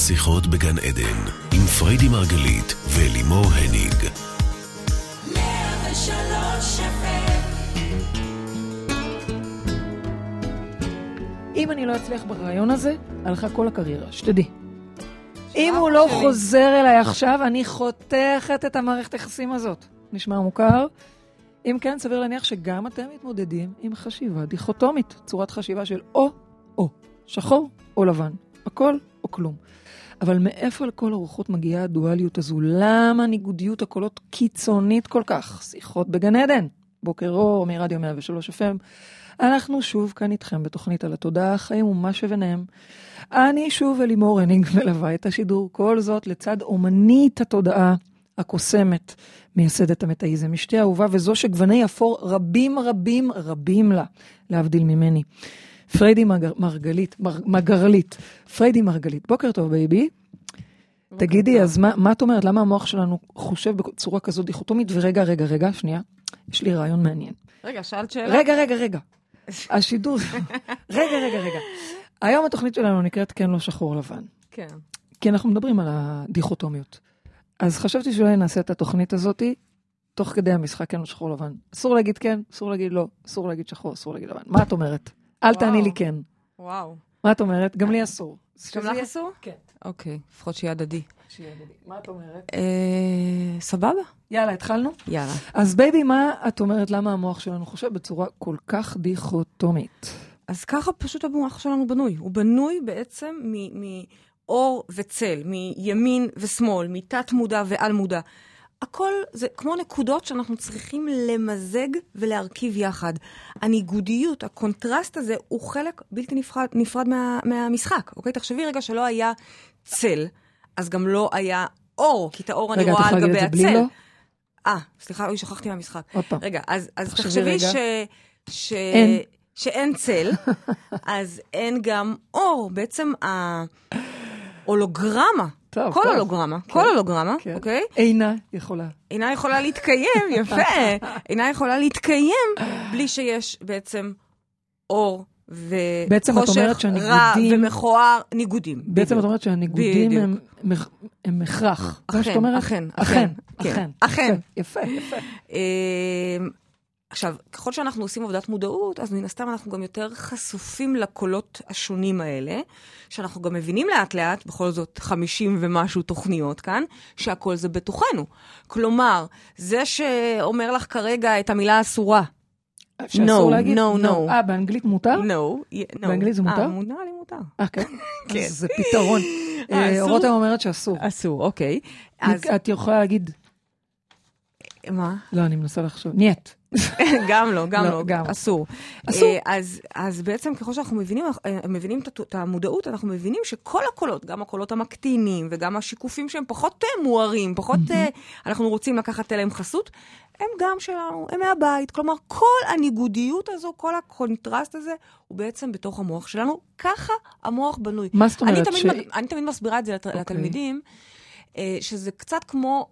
שיחות בגן עדן, עם פריידי מרגלית ולימור הניג. 103 FM. אם אני לא אצליח ברעיון הזה, הלכה כל הקריירה, שתדעי. אם הוא לא חוזר אליי עכשיו, אני חותכת את המערכת היחסים הזאת. נשמע מוכר? אם כן, סביר להניח שגם אתם מתמודדים עם חשיבה דיכוטומית, צורת חשיבה של או, שחור או לבן, הכל או כלום. אבל מאיפה לכל הרוחות מגיעה הדואליות הזו? למה ניגודיות הקולות קיצונית כל כך? שיחות בגן עדן, בוקר אור מרדיו 103 FM. אנחנו שוב כאן איתכם בתוכנית על התודעה, החיים ומה שביניהם. אני שוב לימור הניג מלווה את השידור, כל זאת לצד אומנית התודעה הקוסמת, מייסדת המטאיזם, אשתי אהובה וזו שגווני אפור רבים לה, להבדיל ממני. פריידי מרגלית. פריידי מרגלית. בוקר טוב בייבי. תגידי, אז מה את אומרת? למה המוח שלנו חושב בצורה כזו דיכוטומית? ורגע, שנייה. יש לי רעיון מעניין. רגע, שאלת שאלה? רגע. השידור... רגע. היום התוכנית שלנו נקראת כן לא שחור לבן. כן. כי אנחנו מדברים על הדיכוטומיות. אז חשבתי שאולי נעשה את התוכנית הזאת, תוך כדי המשחק כן לא שחור לבן. אסור להגיד כן, אסור להגיד לא, אסור להגיד שחור, אסור להגיד לבן. מה את אומרת? אל תעני לי כן. וואו. מה את אומרת? גם לי אסור. גם לך אסור? כן. אוקיי, לפחות שיהיה הדדי. מה את אומרת? סבבה? יאללה, התחלנו? יאללה. אז בייבי, מה את אומרת? למה המוח שלנו חושב בצורה כל כך דיכוטומית? אז ככה פשוט המוח שלנו בנוי. הוא בנוי בעצם מאור וצל, מימין ושמאל, מתת מודע ועל מודע. הכל זה כמו נקודות שאנחנו צריכים למזג ולהרכיב יחד. הניגודיות, הקונטרסט הזה, הוא חלק בלתי נפרד מהמשחק. אוקיי? תחשבי רגע שלא היה צל, אז גם לא היה אור, כי את האור אני רואה על גבי הצל. רגע, סליחה, שכחתי מהמשחק. רגע, אז תחשבי שאין צל, אז אין גם אור. בעצם ההולוגרמה, כל הולוגרמה, אוקיי? אינה יכולה להתקיים, יפה. אינה יכולה להתקיים בלי שיש בעצם אור וחושך רע ומכוער, ניגודים. בעצם את אומרת שהניגודים הם מכרח. אכן. יפה. עכשיו, ככל שאנחנו עושים עבודת מודעות, אז מן הסתם אנחנו גם יותר חשופים לקולות השונים האלה, שאנחנו גם מבינים לאט לאט, בכל זאת 50 ומשהו תוכניות כאן, שהכל זה בתוכנו. כלומר, זה שאומר לך כרגע את המילה אסורה, שאסור להגיד? No. באנגלית מותר? No. באנגלית זה מותר? מותר לי מותר. כן. אז זה פתרון. רותם אומרת שאסור. אסור, אוקיי. את יכולה להגיד... מה? לא, אני מנסה לחשוב. נייט. גם לא, אסור. אז בעצם ככל שאנחנו מבינים את המודעות, אנחנו מבינים שכל הקולות, גם הקולות המקטינים וגם השיקופים שהם פחות מוארים, פחות אנחנו רוצים לקחת אליהם חסות, הם גם שלנו, הם מהבית. כלומר, כל הניגודיות הזו, כל הקונטרסט הזה, הוא בעצם בתוך המוח שלנו. ככה המוח בנוי. מה זאת אומרת? אני תמיד מסבירה את זה לתלמידים, שזה קצת כמו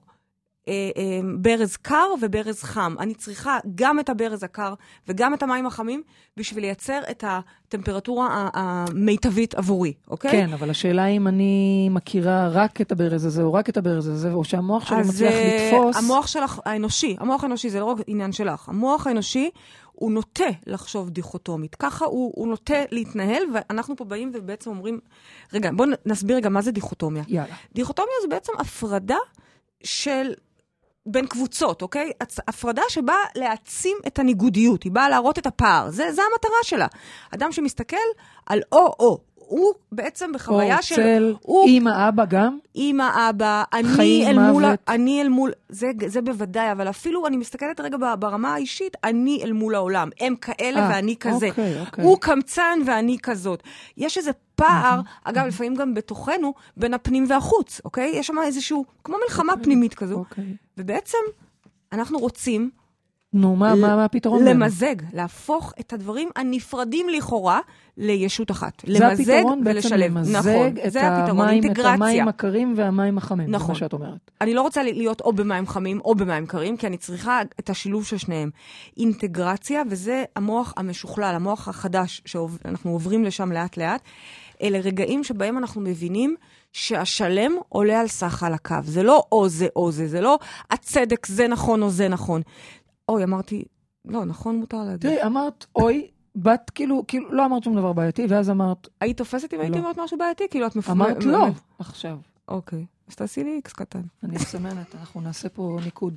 ברז קר וברז חם. אני צריכה גם את הברז הקר וגם את המים החמים בשביל לייצר את הטמפרטורה המיטבית עבורי, אוקיי? כן, אבל השאלה אם אני מכירה רק את הברז הזה או רק את הברז הזה, או שהמוח שלי מצליח לתפוס... המוח שלך, המוח האנושי, זה לא רק עניין שלך. המוח האנושי הוא נוטה לחשוב דיכוטומית. ככה הוא נוטה להתנהל, ואנחנו פה באים ובעצם אומרים, רגע, בואו נסביר רגע מה זה דיכוטומיה. יאללה. דיכוטומיה זה בעצם הפרדה של... בין קבוצות, אוקיי? הפרדה שבאה להעצים את הניגודיות, היא באה להראות את הפער. זה המטרה שלה. אדם שמסתכל על או, הוא בעצם בחוויה של... צל, אמא, אבא גם? אמא, אבא, אני אל מול... זה בוודאי, אבל אפילו אני מסתכלת רגע ברמה האישית, אני אל מול העולם. הם כאלה ואני כזה. אוקיי. הוא קמצן ואני כזאת. יש איזה פער, אגב, לפעמים גם בתוכנו, בין הפנים והחוץ, אוקיי? יש שם איזשהו, כמו מלחמה פנימית כזו. ובעצם אנחנו רוצים נו, מה הפתרון? למזג, להפוך את הדברים הנפרדים לכאורה לישות אחת. זה למזג הפתרון בעצם ולשלב. למזג נכון, את זה הפתרון, אינטגרציה. המים הקרים והמים החמים, נכון. זה מה שאת אומרת. אני לא רוצה להיות או במים חמים או במים קרים, כי אני צריכה את השילוב של שניהם. אינטגרציה, וזה המוח המשוכלל, המוח החדש, שאנחנו עוברים לשם לאט לאט, אלה רגעים שבהם אנחנו מבינים שהשלם עולה על סך חלקיו. זה לא או זה או זה, זה לא הצדק זה נכון או זה נכון. אוי, אמרתי, לא, נכון מותר להגיד. תראי, אמרת, אוי, בת, כאילו, לא אמרת שום דבר בעייתי, ואז אמרת... היית תופסת אם הייתי אומרת משהו בעייתי? כאילו את מפורמת. אמרת לא, עכשיו. אוקיי, אז תעשי לי איקס קטן. אני אסמנת, אנחנו נעשה פה ניקוד.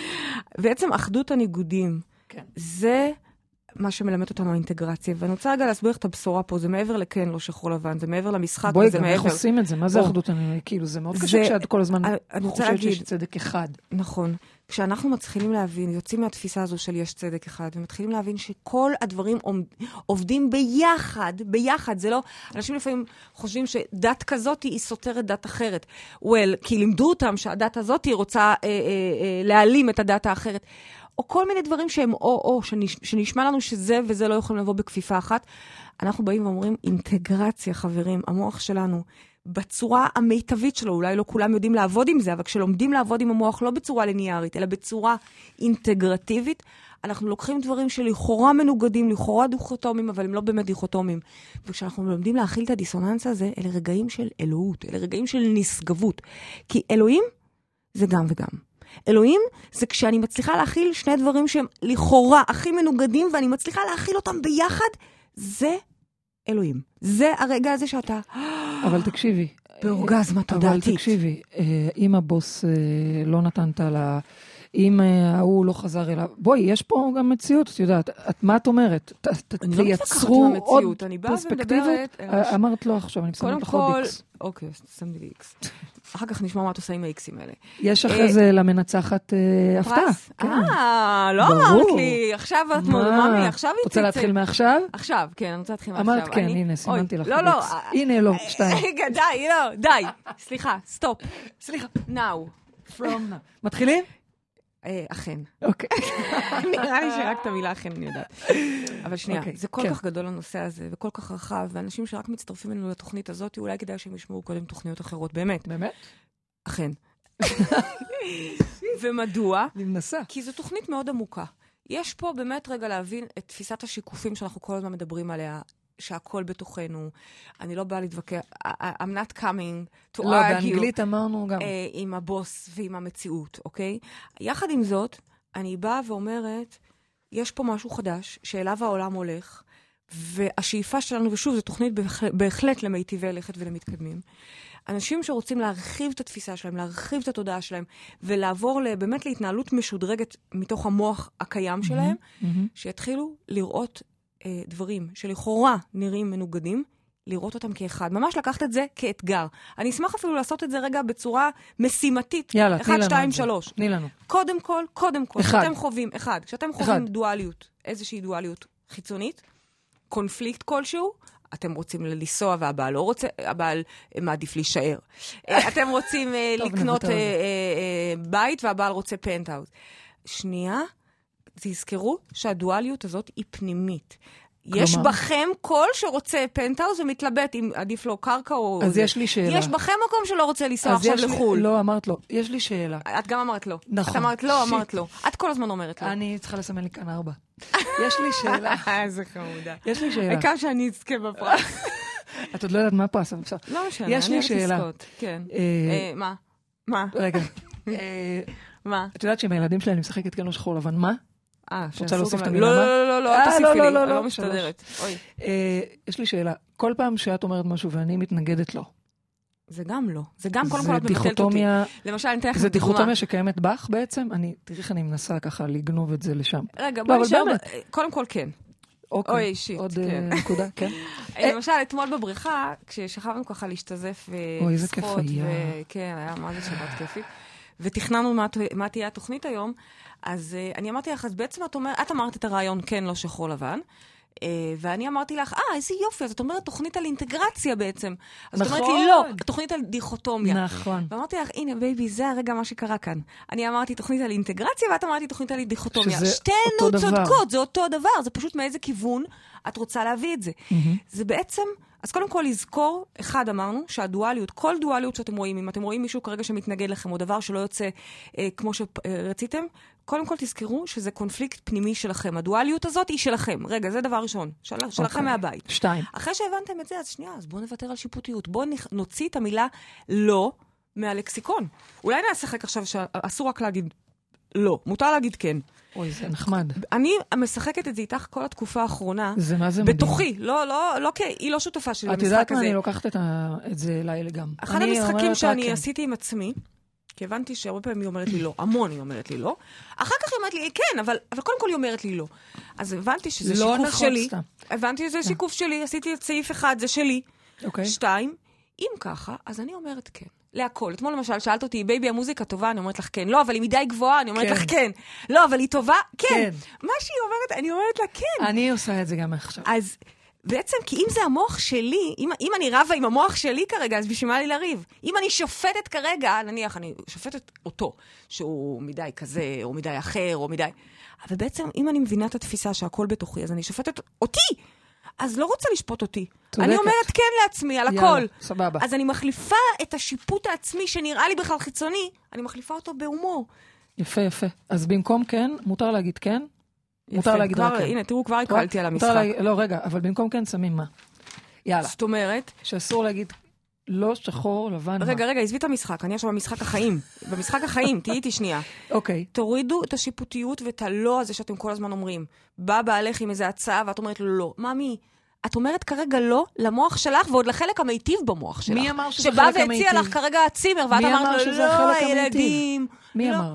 בעצם אחדות הניגודים, זה מה שמלמד אותנו האינטגרציה, ואני רוצה רגע להסביר את הבשורה פה, זה מעבר לכן, לא שחור לבן, זה מעבר למשחק, בואי, גם איך עושים את זה? מה זה אחדות הניגודים? כאילו, זה מאוד קשה כשאת כל הזמן חושבת שיש צדק אחד. נכון. כשאנחנו מתחילים להבין, יוצאים מהתפיסה הזו של יש צדק אחד, ומתחילים להבין שכל הדברים עובדים ביחד, זה לא, אנשים לפעמים חושבים שדת כזאת היא סותרת דת אחרת. כי לימדו אותם שהדת הזאת היא רוצה להעלים את הדת האחרת. או כל מיני דברים שהם או, שנשמע לנו שזה וזה לא יכולים לבוא בכפיפה אחת. אנחנו באים ואומרים, אינטגרציה, חברים, המוח שלנו, בצורה המיטבית שלו, אולי לא כולם יודעים לעבוד עם זה, אבל כשלומדים לעבוד עם המוח לא בצורה ליניארית, אלא בצורה אינטגרטיבית, אנחנו לוקחים דברים שלכאורה מנוגדים, לכאורה דיכוטומיים, אבל הם לא באמת דיכוטומיים. וכשאנחנו לומדים להכיל את הדיסוננס הזה, אלה רגעים של אלוהות, אלה רגעים של נשגבות. כי אלוהים זה גם וגם. אלוהים זה כשאני מצליחה להכיל שני דברים שהם לכאורה הכי מנוגדים, ואני מצליחה להכיל אותם ביחד, זה אלוהים. זה הרגע הזה שאתה... אבל תקשיבי. באורגזמה תודעתית. אבל תקשיבי, אם הבוס לא נתנת לה... אם ההוא לא חזר אליו, בואי, יש פה גם מציאות, את יודעת, מה את אומרת? תייצרו עוד פרספקטיבות? אמרת לא עכשיו, אני מסיימת לך עוד איקס. אוקיי, שמתי לי איקס. אחר כך נשמע מה את עושה עם האיקסים האלה. יש אחרי זה למנצחת הפתעה. לא אמרת לי, עכשיו את מומי, עכשיו היא רוצה להתחיל מעכשיו? עכשיו, כן, אני רוצה להתחיל מעכשיו. אמרת כן, הנה, סימנתי לך לא, לא. הנה, לא, 2. רגע, די, לא, די. סליחה, סטופ. סליחה. Now. From now. מתחילים? אכן. אוקיי. נראה לי שרק את המילה אכן אני יודעת. אבל שנייה, זה כל כך גדול הנושא הזה, וכל כך רחב, ואנשים שרק מצטרפים לנו לתוכנית הזאת, אולי כדאי שהם ישמעו קודם תוכניות אחרות. באמת. באמת? אכן. ומדוע? אני מנסה. כי זו תוכנית מאוד עמוקה. יש פה באמת רגע להבין את תפיסת השיקופים שאנחנו כל הזמן מדברים עליה, שהכל בתוכנו. אני לא באה להתווכח. I'm not coming to argue. לא, באנגלית אמרנו גם. עם הבוס ועם המציאות, אוקיי? יחד עם זאת, אני באה ואומרת, יש פה משהו חדש, שאליו העולם הולך, והשאיפה שלנו, ושוב, זו תוכנית בהחלט למיטיבי לכת ולמתקדמים. אנשים שרוצים להרחיב את התפיסה שלהם, להרחיב את התודעה שלהם, ולעבור באמת להתנהלות משודרגת מתוך המוח הקיים שלהם, שיתחילו לראות דברים שלכאורה נראים מנוגדים, לראות אותם כאחד. ממש לקחת את זה כאתגר. אני אשמח אפילו לעשות את זה רגע בצורה משימתית. יאללה, 1, 2, 3. תני לנו. קודם כל, אחד. כשאתם חווים, כשאתם חווים דואליות, איזושהי דואליות חיצונית, קונפליקט כלשהו, אתם רוצים לנסוע והבעל לא רוצה, הבעל מעדיף להישאר. אתם רוצים לקנות בית והבעל רוצה פנטהאוז. שנייה, תזכרו שהדואליות הזאת היא פנימית. יש בכם קול שרוצה פנטהאוז ומתלבט אם עדיף לו קרקע או... אז יש לי שאלה. יש בכם מקום שלא רוצה לנסוע עכשיו לחול. לא, אמרת לא. יש לי שאלה. את גם אמרת לא. נכון. את אמרת לא, אמרת לא. את כל הזמן אומרת לא. אני צריכה לסמן לי כאן 4. יש לי שאלה. איזה חמודה. יש לי שאלה. העיקר שאני אזכה בפרס. את עוד לא יודעת מה הפרס. לא משנה, יש לי שאלה. כן. מה? רגע. מה? את יודעת שעם הילדים שלי אני משחקת כן לא שחור לבן. מה? רוצה להוסיף את המילה מה? לא, אל תוסיפי לי, אני לא משתדרת. יש לי שאלה, כל פעם שאת אומרת משהו ואני מתנגדת לו. זה גם לא. זה גם קודם כל את מבטלת אותי. למשל, אני אתן לך דוגמה. זה דיכוטומיה שקיימת בך בעצם? תראי איך אני מנסה ככה לגנוב את זה לשם. רגע, בואי נשאר, קודם כל כן. אוקיי, אישית. עוד נקודה, כן. למשל, אתמול בבריכה, כששכבנו ככה להשתזף ושחות, כן, היה מה זה שבת כיפית. ותכננו מה תהיה התוכנית היום, אז אני אמרתי לך, אז בעצם את אמרת את הרעיון כן, לא שחור לבן, ואני אמרתי לך, איזה יופי, אז את אומרת תוכנית על אינטגרציה בעצם. אז נכון. את אומרת לי, לא, תוכנית על דיכוטומיה. נכון. ואמרתי לך, הנה, בייבי, זה הרגע מה שקרה כאן. אני אמרתי תוכנית על אינטגרציה, ואת אמרתי תוכנית על דיכוטומיה. שתינו צודקות, זה אותו דבר, זה פשוט מאיזה כיוון את רוצה להביא את זה. זה בעצם, אז קודם כל לזכור, אחד אמרנו, שהדואליות, כל דואליות שאתם רואים, אם אתם רואים מישהו כרגע שמתנגד לכם, או דבר שלא יוצא כמו שרציתם, קודם כל תזכרו שזה קונפליקט פנימי שלכם. הדואליות הזאת היא שלכם. רגע, זה דבר ראשון. שלכם מהבית. 2. אחרי שהבנתם את זה, אז שנייה, אז בואו נוותר על שיפוטיות. בואו נוציא את המילה לא מהלקסיקון. אולי נשחק עכשיו שאסור רק להגיד לא. מותר להגיד כן. אוי, זה נחמד. אני משחקת את זה איתך כל התקופה האחרונה. זה מה זה מדהים. בתוכי. לא, היא לא שותפה שלי במשחק הזה. את יודעת מה, אני לוקחת את זה אליי לגמרי. אחד המשחקים שאני עשיתי עם עצמי, כי הבנתי שהרבה פעמים היא אומרת לי לא, המון היא אומרת לי לא. אחר כך היא אומרת לי, כן, אבל קודם כל היא אומרת לי לא. אז הבנתי שזה שיקוף שלי. הבנתי שזה שיקוף שלי, עשיתי את סעיף 1, זה שלי. 2, אם ככה, אז אני אומרת כן. להכל. אתמול למשל שאלת אותי, בייבי, המוזיקה טובה, אני אומרת לך כן. לא, אבל היא מדי גבוהה, אני אומרת לך כן. לא, אבל היא טובה, כן. מה שהיא אומרת, אני אומרת לה כן. אני עושה את זה גם עכשיו. אז בעצם, כי אם זה המוח שלי, אם אני רבה עם המוח שלי כרגע, אז בשביל מה לי לריב? אם אני שופטת כרגע, נניח, אני שופטת אותו, שהוא מדי כזה, או מדי אחר, או מדי... אבל בעצם, אם אני מבינה את התפיסה שהכל בתוכי, אז אני שופטת אותי. אז לא רוצה לשפוט אותי. צודקת. אני אומרת כן לעצמי, על הכל. יאללה, סבבה. אז אני מחליפה את השיפוט העצמי, שנראה לי בכלל חיצוני, אני מחליפה אותו בהומור. יפה, יפה. אז במקום כן, מותר להגיד כן, מותר להגיד רק כן. הנה, תראו, כבר הקלתי על המשחק. לא, רגע, אבל במקום כן שמים מה? יאללה. זאת אומרת, שאסור להגיד לא שחור, לבן, מה? רגע, עזבי את המשחק, אני עכשיו במשחק החיים. במשחק החיים, תהיי איתי שנייה. אוקיי. תורידו את השיפוטיות ואת הלא הזה שאתם כל הזמן אומרים. בא בעלך עם איזה הצעה ואת אומרת לא. מאמי, את אומרת כרגע לא למוח שלך ועוד לחלק המיטיב במוח שלך. מי אמר שזה חלק המיטיב? שבא והציע לך כרגע הצימר ואת אמרת לו לא, הילדים. מי אמר?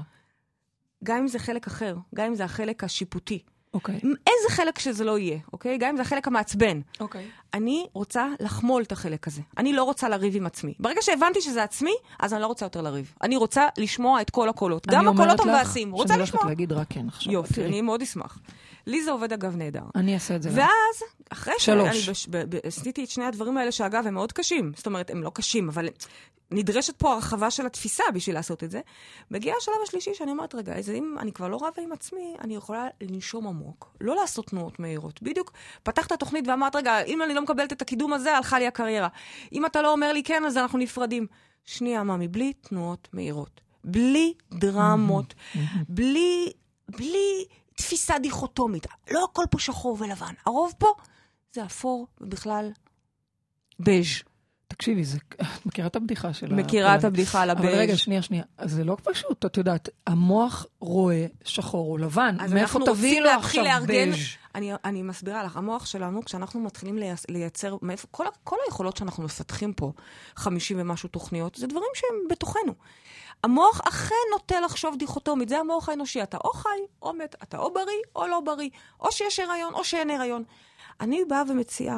גם אם זה חלק אחר, גם אם זה החלק השיפוטי. אוקיי. איזה חלק שזה לא יהיה, אוקיי? גם אם זה החלק המעצבן. אוקיי. אני רוצה לחמול את החלק הזה. אני לא רוצה לריב עם עצמי. ברגע שהבנתי שזה עצמי, אז אני לא רוצה יותר לריב. אני רוצה לשמוע את כל הקולות. גם הקולות המבאסים. רוצה לשמוע. שאני הולכת להגיד רק כן עכשיו. יופי, אני מאוד אשמח. לי זה עובד אגב נהדר. אני אעשה את זה. ואז, אחרי שאני עשיתי את שני הדברים האלה שאגב הם מאוד קשים. זאת אומרת, הם לא קשים, אבל נדרשת פה הרחבה של התפיסה בשביל לעשות את זה. מגיע השלב השלישי שאני אומרת, רגע, אם אני כבר לא רבה עם עצמי, אני יכולה לנשום עמוק. לא לעשות תנועות מהירות. בדיוק פתחת התוכנית ואמרת, רגע, אם אני לא מקבלת את הקידום הזה, הלכה לי הקריירה. אם אתה לא אומר לי כן, אז אנחנו נפרדים. שנייה, מאמי, בלי תנועות מהירות. בלי דרמות. בלי תפיסה דיכוטומית. לא הכל פה שחור ולבן. הרוב פה זה אפור ובכלל בז'. תקשיבי, את מכירה את הבדיחה של מכירה את הבדיחה על הבז'. אבל רגע, שנייה. אז זה לא פשוט, את יודעת, המוח רואה שחור או לבן. מאיפה תביא לו עכשיו בז'? אני מסבירה לך, המוח שלנו, כשאנחנו מתחילים לייצר, כל היכולות שאנחנו מפתחים פה, 50 ומשהו תוכניות, זה דברים שהם בתוכנו. המוח אכן נוטה לחשוב דיכוטומית, זה המוח האנושי, אתה או חי או מת, אתה או בריא או לא בריא, או שיש הריון או שאין הריון. אני באה ומציעה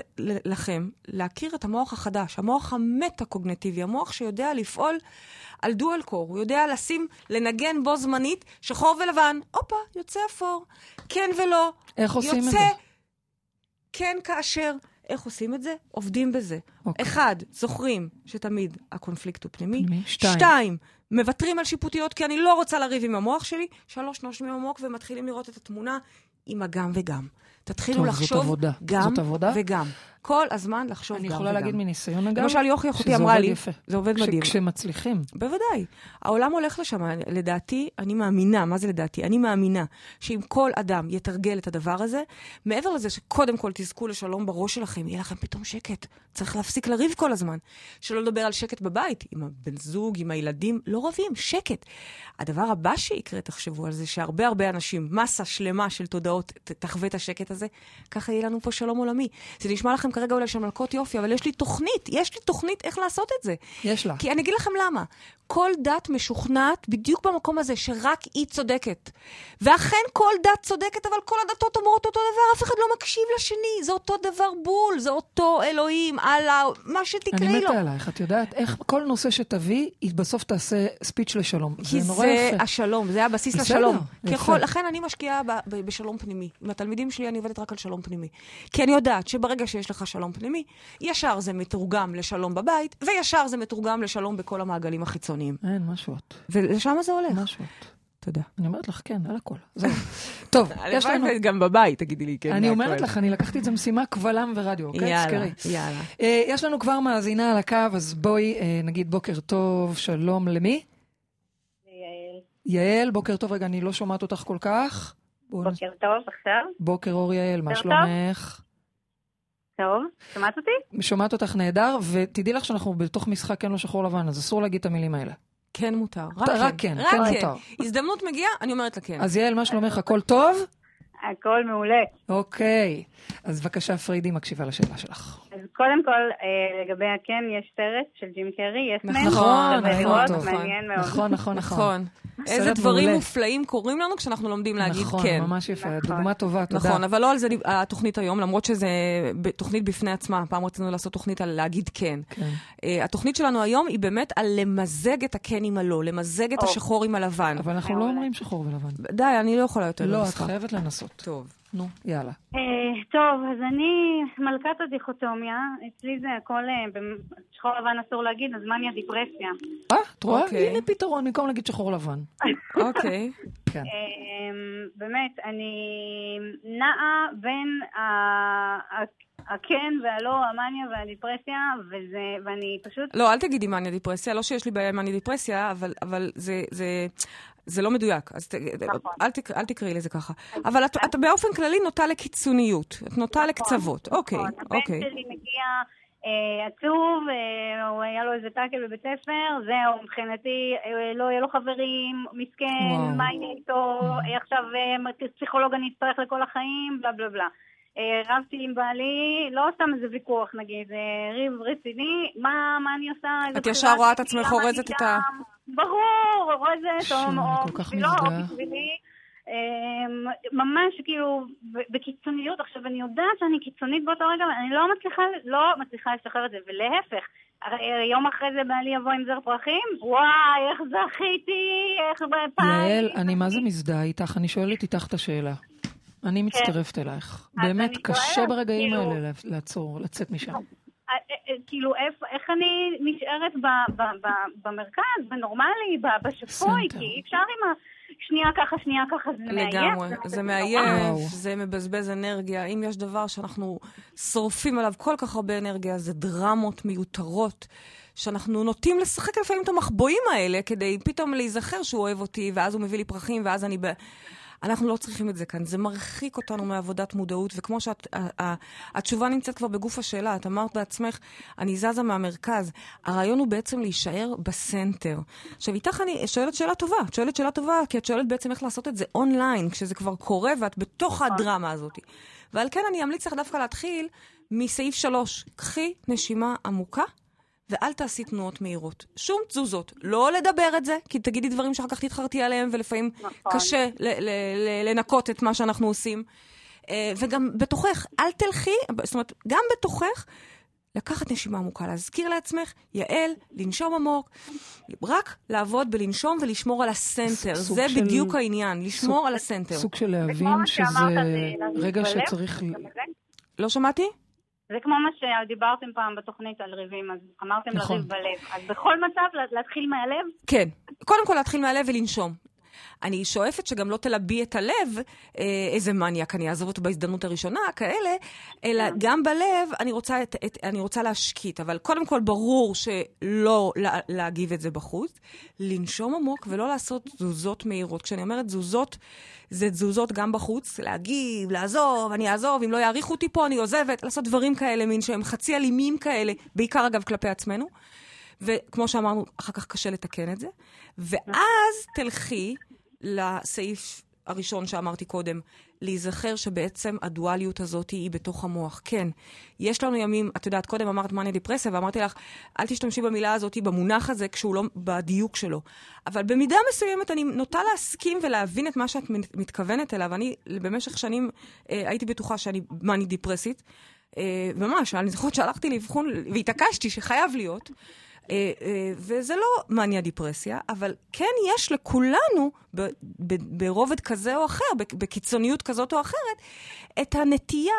לכם להכיר את המוח החדש, המוח המטה-קוגניטיבי, המוח שיודע לפעול על דואל קור, הוא יודע לנגן בו זמנית, שחור ולבן, אופה, יוצא אפור, כן ולא. איך עושים את זה? כן כאשר. איך עושים את זה? עובדים בזה. 1, זוכרים שתמיד הקונפליקט הוא פנימי. 2, מוותרים על שיפוטיות כי אני לא רוצה לריב עם המוח שלי. 3, נושמים עמוק ומתחילים לראות את התמונה עם הגם וגם. תתחילו לחשוב גם וגם. כל הזמן לחשוב גם וגם. אני יכולה להגיד מניסיון אגב, למשל יוכי אחותי אמרה לי, זה עובד מדהים. כשמצליחים. בוודאי. העולם הולך לשם. לדעתי, אני מאמינה, מה זה לדעתי? אני מאמינה שאם כל אדם יתרגל את הדבר הזה, מעבר לזה שקודם כל תזכו לשלום בראש שלכם, יהיה לכם פתאום שקט. צריך להפסיק לריב כל הזמן. שלא לדבר על שקט בבית, עם הבן זוג, עם הילדים, לא רבים, שקט. הדבר הבא שיקרה, תחשבו על זה, שהרבה אנשים, מסה שלמה של תודעות, תחווה את השקט הזה, ככה יהיה לנו פה שלום עולמי. זה נשמע לכם כרגע אולי של מלכות יופי, אבל יש לי תוכנית איך לעשות את זה. יש לה. כי אני אגיד לכם למה. כל דת משוכנעת בדיוק במקום הזה, שרק היא צודקת. ואכן כל דת צודקת, אבל כל הדתות אומרות אותו דבר, אף אחד לא מקשיב לשני. זה אותו דבר בול, זה אותו אלוהים, אללה, מה שתקראי לו. אני מתה עלייך, את יודעת, איך כל נושא שתביא, היא בסוף תעשה ספיץ' לשלום. כי זה השלום, זה הבסיס לשלום. לכן אני משקיעה בשלום פנימי. עם התלמידים שלי אני אני עובדת רק על שלום פנימי. כי אני יודעת שברגע שיש לך שלום פנימי, ישר זה מתורגם לשלום בבית, וישר זה מתורגם לשלום בכל המעגלים החיצוניים. אין, משוות. ולשם זה הולך. משוות. תודה. אני אומרת לך, כן, על הכל. זהו. טוב, יש לנו... גם בבית, תגידי לי, כן. אני אומרת לך, אני לקחתי את זה משימה קבלם ורדיו, אוקיי? יאללה. יש לנו כבר מאזינה על הקו, אז בואי נגיד בוקר טוב, שלום למי? יעל, בוקר טוב, רגע, אני לא שומעת אותך כל כך. בוקר טוב, עכשיו. בוקר אור יעל, מה שלומך? טוב, שומעת אותי? שומעת אותך נהדר, ותדעי לך שאנחנו בתוך משחק כן לא שחור לבן, אז אסור להגיד את המילים האלה. כן מותר. רק כן מותר. הזדמנות מגיעה, אני אומרת לה כן. אז יעל, מה שלומך? הכל טוב? הכל מעולה. אוקיי. אז בבקשה, פרידי, מקשיבה לשאלה שלך. אז קודם כל, לגבי הכן, יש סרט של ג'ים קרי, יס-מן. נכון. איזה דברים מופלאים קורים לנו כשאנחנו לומדים להגיד כן. נכון, ממש יפה. דוגמה טובה, תודה. נכון, אבל לא על זה התוכנית היום, למרות שזה תוכנית בפני עצמה. פעם רצינו לעשות תוכנית על להגיד כן. התוכנית שלנו היום היא באמת על למזג את הכן עם הלא, למזג את השחור עם הלבן. אבל אנחנו לא אומרים שחור ולבן. די, אני לא יכולה יותר. לא, את חייבת לנסות. טוב. נו, יאללה. טוב, אז אני מלכת הדיכוטומיה, אצלי זה הכל שחור לבן אסור להגיד, אז מניה דיפרסיה. את רואה? הנה פתרון, במקום להגיד שחור לבן. אוקיי. כן. באמת, אני נעה בין הכן והלא, המניה והדיפרסיה, ואני פשוט... לא, אל תגידי מניה דיפרסיה, לא שיש לי בעיה מניה דיפרסיה, אבל זה לא מדויק, אז אל תקראי לזה ככה. אבל את באופן כללי נוטה לקיצוניות, את נוטה לקצוות. אוקיי. הבן שלי מגיע עצוב, הוא היה לו איזה טאקל בבית ספר, זהו, מבחינתי, לא יהיה לו חברים, מסכן, מה יהיה איתו, עכשיו פסיכולוג אני אצטרך לכל החיים, בלה בלה בלה. רבתי עם בעלי, לא סתם איזה ויכוח נגיד, ריב רציני, מה אני עושה? את ישר רואה את עצמך חורזת את ה... ברור, חורזת, כל כך מזדהה. ממש כאילו בקיצוניות. עכשיו אני יודעת שאני קיצונית באותו רגע, ואני לא מצליחה לשחרר את זה, ולהפך, יום אחרי זה בעלי יבוא עם זר פרחים, וואי, איך זכיתי, איך בפעם. יעל, אני מה זה מזדהה איתך? אני שואלת איתך את השאלה. אני מצטרפת אלייך. באמת קשה ברגעים האלה לעצור, לצאת משם. כאילו, איך אני נשארת במרכז, בנורמלי, בשפוי, כי אי אפשר עם שנייה ככה, זה מעייף. לגמרי, זה מעייף, זה מבזבז אנרגיה. אם יש דבר שאנחנו שורפים עליו כל כך הרבה אנרגיה, זה דרמות מיותרות, שאנחנו נוטים לשחק לפעמים את המחבואים האלה, כדי פתאום להיזכר שהוא אוהב אותי, ואז הוא מביא לי פרחים, ואז אני אנחנו לא צריכים את זה כאן. זה מרחיק אותנו מעבודת מודעות, וכמו שהתשובה נמצאת כבר בגוף השאלה, את אמרת בעצמך, אני זזה מהמרכז. הרעיון הוא בעצם להישאר בסנטר. עכשיו, איתך אני שואלת שאלה טובה. את שואלת שאלה טובה, כי את שואלת בעצם איך לעשות את זה אונליין, כשזה כבר קורה, ואת בתוך הדרמה הזאת. ועל כן אני אמליץ לך דווקא להתחיל מסעיף 3. קחי נשימה עמוקה, ואל תעשי תנועות מהירות. שום תזוזות. לא לדבר את זה, כי תגידי דברים שאחר כך תתחרתי עליהם, ולפעמים קשה לנקות את מה שאנחנו עושים. וגם בתוכך, אל תלכי, זאת אומרת, גם בתוכך, לקחת נשימה עמוקה, להזכיר לעצמך, יעל, לנשום עמוק, רק לעבוד בלנשום ולשמור על הסנטר. זה בדיוק העניין, לשמור על הסנטר. סוג של להבין שזה רגע שצריך... לא שמעתי? זה כמו מה שדיברתם פעם בתוכנית על ריבים, אז אמרתם לריב בלב. אז בכל מצב להתחיל מהלב? כן. קודם כל להתחיל מהלב ולנשום. אני שואפת שגם לא תלבי את הלב, איזה מניאק, אני אעזוב אותו בהזדמנות הראשונה, כאלה, אלא גם בלב אני רוצה להשקיט, אבל קודם כל ברור שלא להגיב את זה בחוץ, לנשום עמוק ולא לעשות תזוזות מהירות. כשאני אומרת תזוזות, זה תזוזות גם בחוץ, להגיב, לעזוב, אני אעזוב, אם לא יעריכו אותי פה, אני עוזבת, לעשות דברים כאלה, מין שהם חצי אלימים כאלה, בעיקר אגב כלפי עצמנו, וכמו שאמרנו, אחר כך קשה לתקן את זה, ואז תלכי לסעיף הראשון שאמרתי קודם, להיזכר שבעצם הדואליות הזאת היא בתוך המוח. כן, יש לנו ימים, את יודעת, קודם אמרת מניה דיפרסיה, ואמרתי לך, אל תשתמשי במילה הזאת, במונח הזה, כשהוא לא בדיוק שלו. אבל במידה מסוימת אני נוטה להסכים ולהבין את מה שאת מתכוונת אליו. אני במשך שנים הייתי בטוחה שאני מניה דיפרסית, ממש, אני זוכרת שהלכתי לאבחון והתעקשתי שחייב להיות, וזה לא מניה דיפרסיה, אבל כן יש לכולנו ברובד כזה או אחר, בקיצוניות כזאת או אחרת, את הנטייה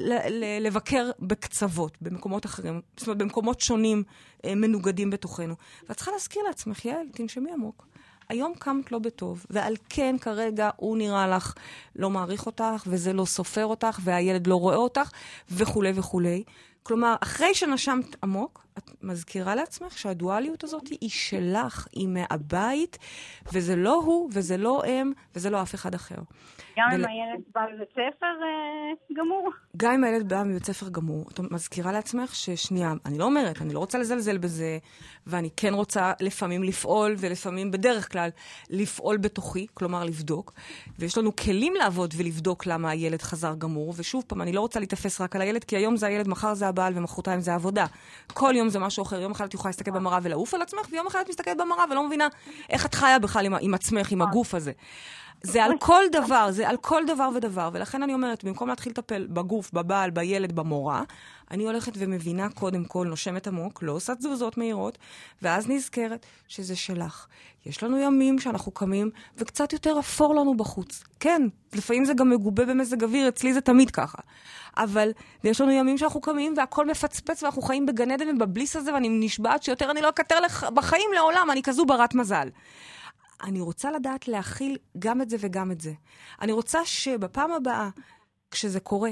לבקר בקצוות, במקומות אחרים, זאת אומרת, במקומות שונים, מנוגדים בתוכנו. ואת צריכה להזכיר לעצמך, יעל, תנשמי עמוק. היום קמת לא בטוב, ועל כן כרגע הוא נראה לך לא מעריך אותך, וזה לא סופר אותך, והילד לא רואה אותך, וכו' וכו'. כלומר, אחרי שנשמת עמוק, את מזכירה לעצמך שהדואליות הזאת היא שלך, היא מהבית, וזה לא הוא, וזה לא הם, וזה לא אף אחד אחר. גם אם הילד בא מבית ספר גמור. גם אם הילד בא מבית ספר גמור. את מזכירה לעצמך ששנייה, אני לא אומרת, אני לא רוצה לזלזל בזה, ואני כן רוצה לפעמים לפעול, ולפעמים בדרך כלל לפעול בתוכי, כלומר לבדוק. ויש לנו כלים לעבוד ולבדוק למה הילד חזר גמור, ושוב פעם, אני לא רוצה להתאפס רק על הילד, כי היום זה הילד, מחר זה הבעל, ומחרתיים זה העבודה. כל יום זה משהו אחר. יום אחד את יכולה להסתכל במראה ולעוף על עצמך, ויום אחד את מסתכלת במראה ולא מבינה איך את חיה בכלל עם עצמך, עם הגוף הזה. זה על כל דבר, זה על כל דבר ודבר. ולכן אני אומרת, במקום להתחיל לטפל בגוף, בבעל, בילד, במורה, אני הולכת ומבינה קודם כל, נושמת עמוק, לא עושה תזוזות מהירות, ואז נזכרת שזה שלך. יש לנו ימים שאנחנו קמים, וקצת יותר אפור לנו בחוץ. כן, לפעמים זה גם מגובה במזג אוויר, אצלי זה תמיד ככה. אבל יש לנו ימים שאנחנו קמים, והכל מפצפץ, ואנחנו חיים בגן עדן ובבליס הזה, ואני נשבעת שיותר אני לא אקטר בחיים לעולם, אני כזו ברת מזל. אני רוצה לדעת להכיל גם את זה וגם את זה. אני רוצה שבפעם הבאה, כשזה קורה,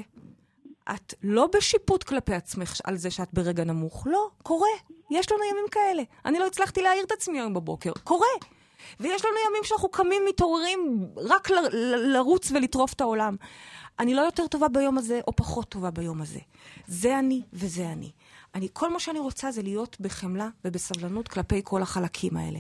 את לא בשיפוט כלפי עצמך על זה שאת ברגע נמוך. לא, קורה. יש לנו ימים כאלה. אני לא הצלחתי להעיר את עצמי היום בבוקר. קורה. ויש לנו ימים שאנחנו קמים, מתעוררים רק לרוץ ולטרוף את העולם. אני לא יותר טובה ביום הזה או פחות טובה ביום הזה. זה אני וזה אני. כל מה שאני רוצה זה להיות בחמלה ובסבלנות כלפי כל החלקים האלה.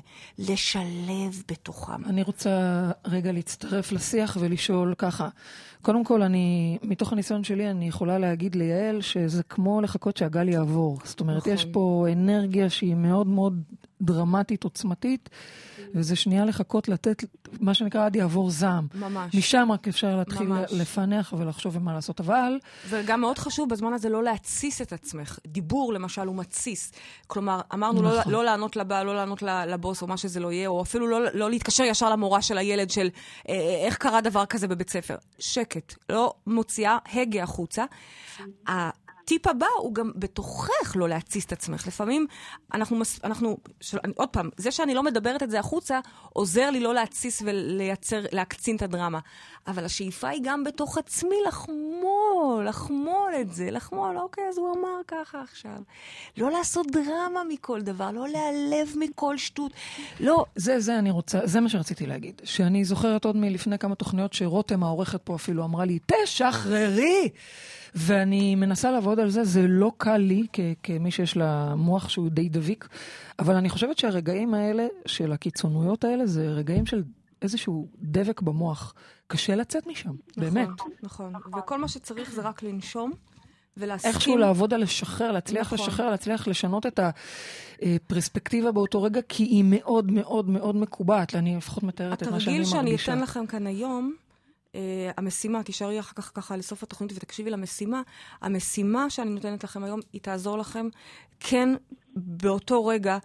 לשלב בתוכם. אני רוצה רגע להצטרף לשיח ולשאול ככה. קודם כל, מתוך הניסיון שלי, אני יכולה להגיד ליעל שזה כמו לחכות שהגל יעבור. זאת אומרת, נכון. יש פה אנרגיה שהיא מאוד מאוד דרמטית, עוצמתית, וזה שנייה לחכות לתת מה שנקרא עד יעבור זעם. ממש. משם רק אפשר להתחיל לפענח ולחשוב מה לעשות. אבל... וגם מאוד חשוב בזמן הזה לא להציס את עצמך. דיבור למשל הוא מציס. כלומר, אמרנו נכון. לא לענות לבעל, לא לענות לבוס או מה שזה לא יהיה, או אפילו לא להתקשר ישר למורה של הילד של איך קרה דבר כזה בבית ספר. שקט. לא מוציאה הגה החוצה. הטיפ הבא הוא גם בתוכך לא להציס את עצמך. לפעמים עוד פעם, זה שאני לא מדברת את זה החוצה, עוזר לי לא להציס להקצין את הדרמה. אבל השאיפה היא גם בתוך עצמי לחמול את זה, אוקיי, אז הוא אמר ככה עכשיו. לא לעשות דרמה מכל דבר, לא להיעלב מכל שטות. לא. זה מה שרציתי להגיד. שאני זוכרת עוד מלפני כמה תוכניות שרותם העורכת פה אפילו אמרה לי, תשחררי! ואני מנסה לעבוד על זה, זה לא קל לי כמי שיש לה מוח שהוא די דביק, אבל אני חושבת שהרגעים האלה של הקיצונויות האלה זה רגעים של איזשהו דבק במוח. קשה לצאת משם, באמת. נכון. וכל מה שצריך זה רק לנשום ולהסכים. איכשהו לעבוד על לשחרר, להצליח לשחרר, להצליח לשנות את הפרספקטיבה באותו רגע, כי היא מאוד מאוד מאוד מקובעת. אני לפחות מתארת את מה שאני מרגישה. התרגיל שאני אתן לכם כאן היום, המשימה, תישארי אחר כך ככה לסוף התוכנית ותקשיבי למשימה, המשימה שאני נותנת לכם היום, היא תעזור לכם כן באותו רגע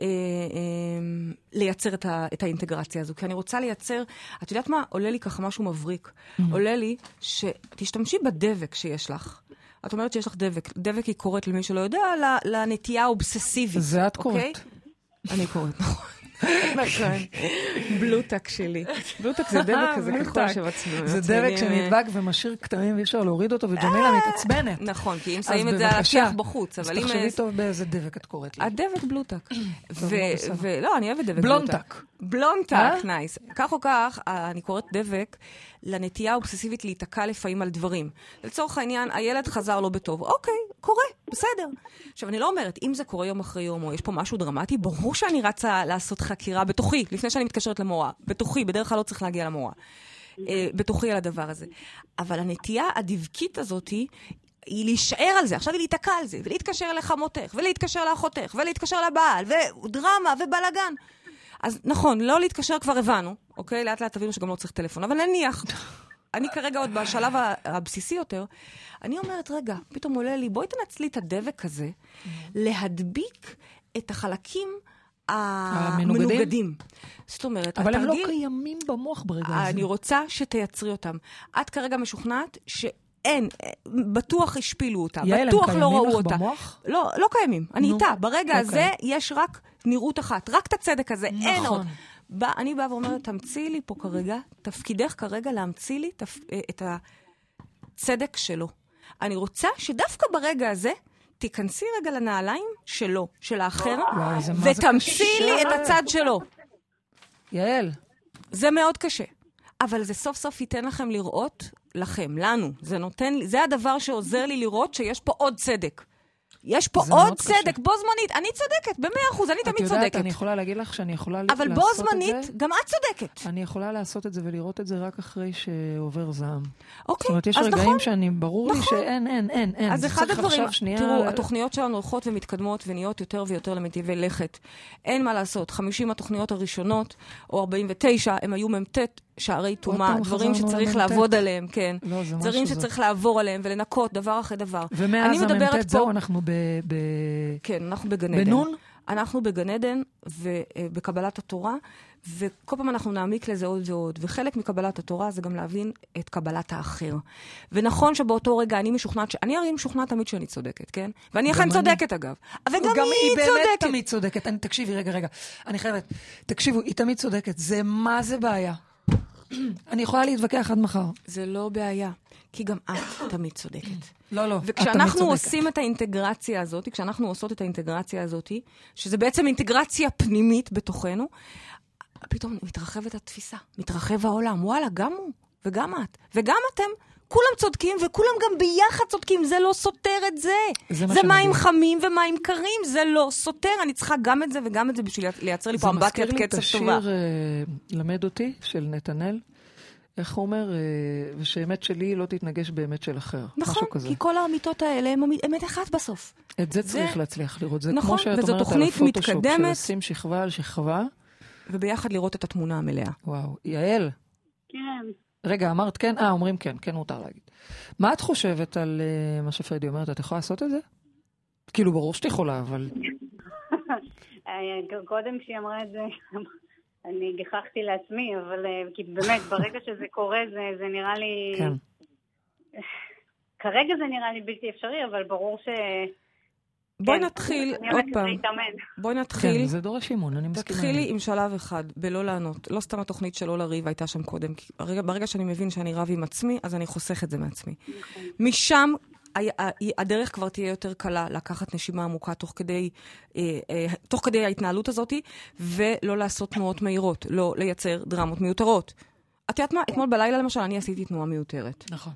לייצר את האינטגרציה הזו. כי אני רוצה לייצר, את יודעת מה? עולה לי ככה משהו מבריק. עולה לי שתשתמשי בדבק שיש לך. את אומרת שיש לך דבק. דבק היא קוראת למי שלא יודע, לנטייה האובססיבית. זה את קוראת. אני קוראת, נכון. בלוטק שלי. בלוטק זה דבק כזה כחול שבצמנו. זה דבק שנדבק ומשאיר כתמים ואי אפשר להוריד אותו, וג'מילה מתעצבנת. נכון, כי אם שמים את זה על השיח בחוץ. אז תחשבי טוב באיזה דבק את קוראת לי. הדבק בלוטק. ולא, אני אוהבת דבק בלונטק. בלונטק, נייס. כך או כך, אני קוראת דבק לנטייה האובססיבית להיתקע לפעמים על דברים. לצורך העניין, הילד חזר לא בטוב. אוקיי, קורה, בסדר. עכשיו, אני לא אומרת, אם זה קורה יום אחרי יום, או יש פה משהו דרמטי, ברור שאני רצה לעשות חקירה בתוכי, לפני שאני מתקשרת למורה. בתוכי, בדרך כלל לא צריך להגיע למורה. בתוכי על הדבר הזה. אבל הנטייה הדבקית הזאת היא להישאר על זה, עכשיו היא להתעקע על זה, ולהתקשר לחמותך, ולהתקשר לאחותך, ולהתקשר לבעל, ודרמה, ובלגן. אז נכון, לא להתקשר כבר הבנו, אוקיי? לאט לאט תבינו שגם לא צריך טלפון, אבל נניח, אני כרגע עוד בשלב הבסיסי יותר, אני אומרת, רגע, פתאום עולה לי, בואי תנצלי את הדבק הזה, להדביק את החלקים המנוגדים. זאת אומרת, אבל הם לא קיימים במוח ברגע הזה. אני רוצה שתייצרי אותם. את כרגע משוכנעת אין, בטוח השפילו אותה, יעל, בטוח הם לא קיימים ראו לך אותה. במוח? לא קיימים, אני איתה. ברגע אוקיי. הזה יש רק נראות אחת, רק את הצדק הזה, אין נכון. עוד. אני באה ואומרת, תמציאי לי פה כרגע, תפקידך כרגע להמציא לי את הצדק שלו. אני רוצה שדווקא ברגע הזה, תיכנסי רגע לנעליים שלו, של האחר, וואי, זה מה זה ותמציאי לי קשה. את הצד שלו. יעל. זה מאוד קשה. אבל זה סוף סוף ייתן לכם לראות, לנו. זה הדבר שעוזר לי לראות שיש פה עוד צדק. יש פה עוד צדק, בו זמנית. אני צודקת, ב100%, אני תמיד צודקת. את יודעת, אני יכולה להגיד לך שאני יכולה לעשות את זה. אבל בו זמנית, גם את צודקת. אני יכולה לעשות את זה ולראות את זה רק אחרי שעובר זעם. אוקיי, זאת אומרת, יש רגעים שאני, ברור לי שאין, אין. אז אחד הדברים, תראו, התוכניות שלנו הולכות ומתקדמות ונהיות יותר ויותר למטיבי לכת. אין מה לעשות, 50 התוכניות הראשונות, או 49, הם היו ממתת שערי תומה, דברים שצריך לעבוד עליהם, כן. דברים שצריך לעבור עליהם ולנקות דבר אחרי דבר. ומאז הממתת זהו, אנחנו כן, אנחנו בגן עדן. בנון? אנחנו בגן עדן ובקבלת התורה, וכל פעם אנחנו נעמיק לזה עוד ועוד. וחלק מקבלת התורה זה גם להבין את קבלת האחר. ונכון שבאותו רגע אני משוכנעת, אני הרי משוכנעת תמיד שאני צודקת, כן? ואני אכן צודקת אגב. אבל גם היא צודקת. באמת תמיד צודקת. תקשיבי, רגע. אני חייבת. תקשיבו, היא תמיד צודקת. זה מה זה בעיה? אני יכולה להתווכח עד מחר. זה לא בעיה, כי גם את תמיד צודקת. לא, וכשאנחנו עושים את האינטגרציה הזאת, כשאנחנו עושות את האינטגרציה הזאת, שזה בעצם אינטגרציה פנימית בתוכנו, פתאום מתרחבת התפיסה, מתרחב העולם. וואלה, גם הוא וגם את וגם אתם, כולם צודקים וכולם גם ביחד צודקים, זה לא סותר את זה. זה מים חמים ומים קרים, זה לא סותר. אני צריכה גם את זה וגם את זה בשביל לייצר לי פה אמבטיית קצב טובה. זה מזכיר לי את השיר למד אותי של נתנאל. איך הוא אומר? ושאמת שלי לא תתנגש באמת של אחר. נכון, כי כל האמיתות האלה הם אמת אחת בסוף. את זה צריך להצליח לראות. זה נכון, כמו שאת וזו אומרת על תוכנית הפוטושופ, מתקדמת. שלשים שכבה על שכבה. וביחד לראות את התמונה המלאה. וואו. יעל. כן. רגע, אמרת כן? אומרים כן, כן מותר להגיד. מה את חושבת על מה שפריידי אומרת? את יכולה לעשות את זה? כאילו ברור שאת יכולה, אבל... קודם כשהיא אמרה את זה, אני גיחכתי לעצמי, אבל כי באמת ברגע שזה קורה זה נראה לי... כן. כרגע זה נראה לי בלתי אפשרי, אבל ברור ש... בואי נתחיל עוד פעם. בואי נתחיל. כן, זה דורש אימון, אני מסכימה. תתחילי עם שלב אחד, בלא לענות. לא סתם התוכנית שלא לריב הייתה שם קודם. ברגע שאני מבין שאני רב עם עצמי, אז אני חוסך את זה מעצמי. משם הדרך כבר תהיה יותר קלה לקחת נשימה עמוקה תוך כדי ההתנהלות הזאת, ולא לעשות תנועות מהירות, לא לייצר דרמות מיותרות. את יודעת מה? אתמול בלילה למשל אני עשיתי תנועה מיותרת. נכון.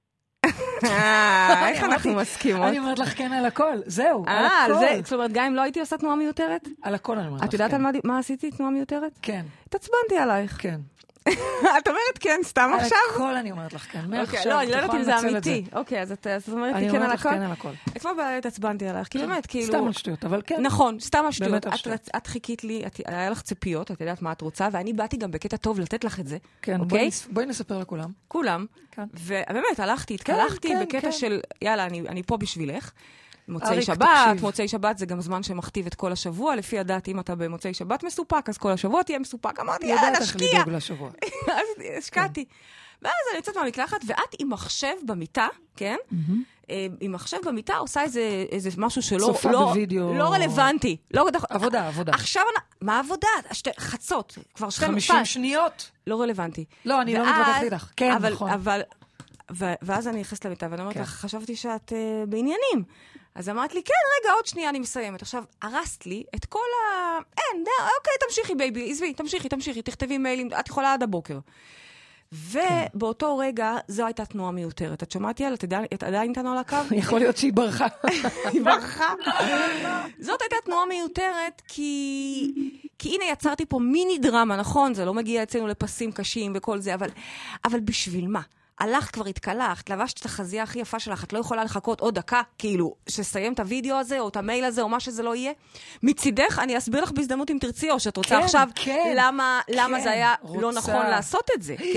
איך אנחנו מסכימות? אני אומרת לך כן על הכל, זהו, על הכל. זאת אומרת, גם אם לא הייתי עושה תנועה מיותרת? על הכל אני אומרת לך כן. את יודעת על מה עשיתי תנועה מיותרת? כן. התעצבנתי עלייך. כן. את אומרת כן, סתם עכשיו? על הכל אני אומרת לך כן, מעכשיו. לא, אני לא יודעת אם זה אמיתי. אוקיי, אז את אומרת לי כן על הכל? אני אומרת לך כן על הכל. אתמול בלילה התעצבנתי עלייך, כי באמת, כאילו... סתם על שטויות, אבל כן. נכון, סתם על שטויות. את חיכית לי, היה לך ציפיות, את יודעת מה את רוצה, ואני באתי גם בקטע טוב לתת לך את זה. כן, בואי נספר לכולם. כולם. ובאמת, הלכתי, התקלחתי בקטע של, יאללה, אני פה בשבילך. מוצאי שבת זה גם זמן שמכתיב את כל השבוע, לפי הדעת אם אתה במוצאי שבת מסופק, אז כל השבוע תהיה מסופק, אמרתי, יאללה, נשקיע. אז השקעתי. ואז אני יוצאת מהמקלחת, ואת עם מחשב במיטה, כן? עם מחשב במיטה עושה איזה משהו שלא רלוונטי. עבודה. עכשיו, מה עבודה? חצות. 50 שניות. לא רלוונטי. לא, אני לא מתווכחת איתך. כן, נכון. ואז אני נכנסת למיטה, ואני אומרת לך, חשבתי שאת בעניינים. אז אמרת לי, כן, רגע, עוד שנייה אני מסיימת. עכשיו, הרסת לי את כל אוקיי, תמשיכי, בייבי, עזבי, תמשיכי, תכתבי מיילים, את יכולה עד הבוקר. ובאותו רגע, זו הייתה תנועה מיותרת. את שמעתי על, את עדיין איתנו על הקו? יכול להיות שהיא ברחה. היא ברחה. זאת הייתה תנועה מיותרת, כי הנה יצרתי פה מיני דרמה, נכון? זה לא מגיע אצלנו לפסים קשים וכל זה, אבל בשביל מה? הלכת כבר התקלחת, לבשת את החזייה הכי יפה שלך, את לא יכולה לחכות עוד דקה, כאילו, שסיים את הוידאו הזה, או את המייל הזה, או מה שזה לא יהיה. מצידך, אני אסביר לך בהזדמנות אם תרצי, או שאת רוצה עכשיו, למה זה היה לא נכון לעשות את זה, כן?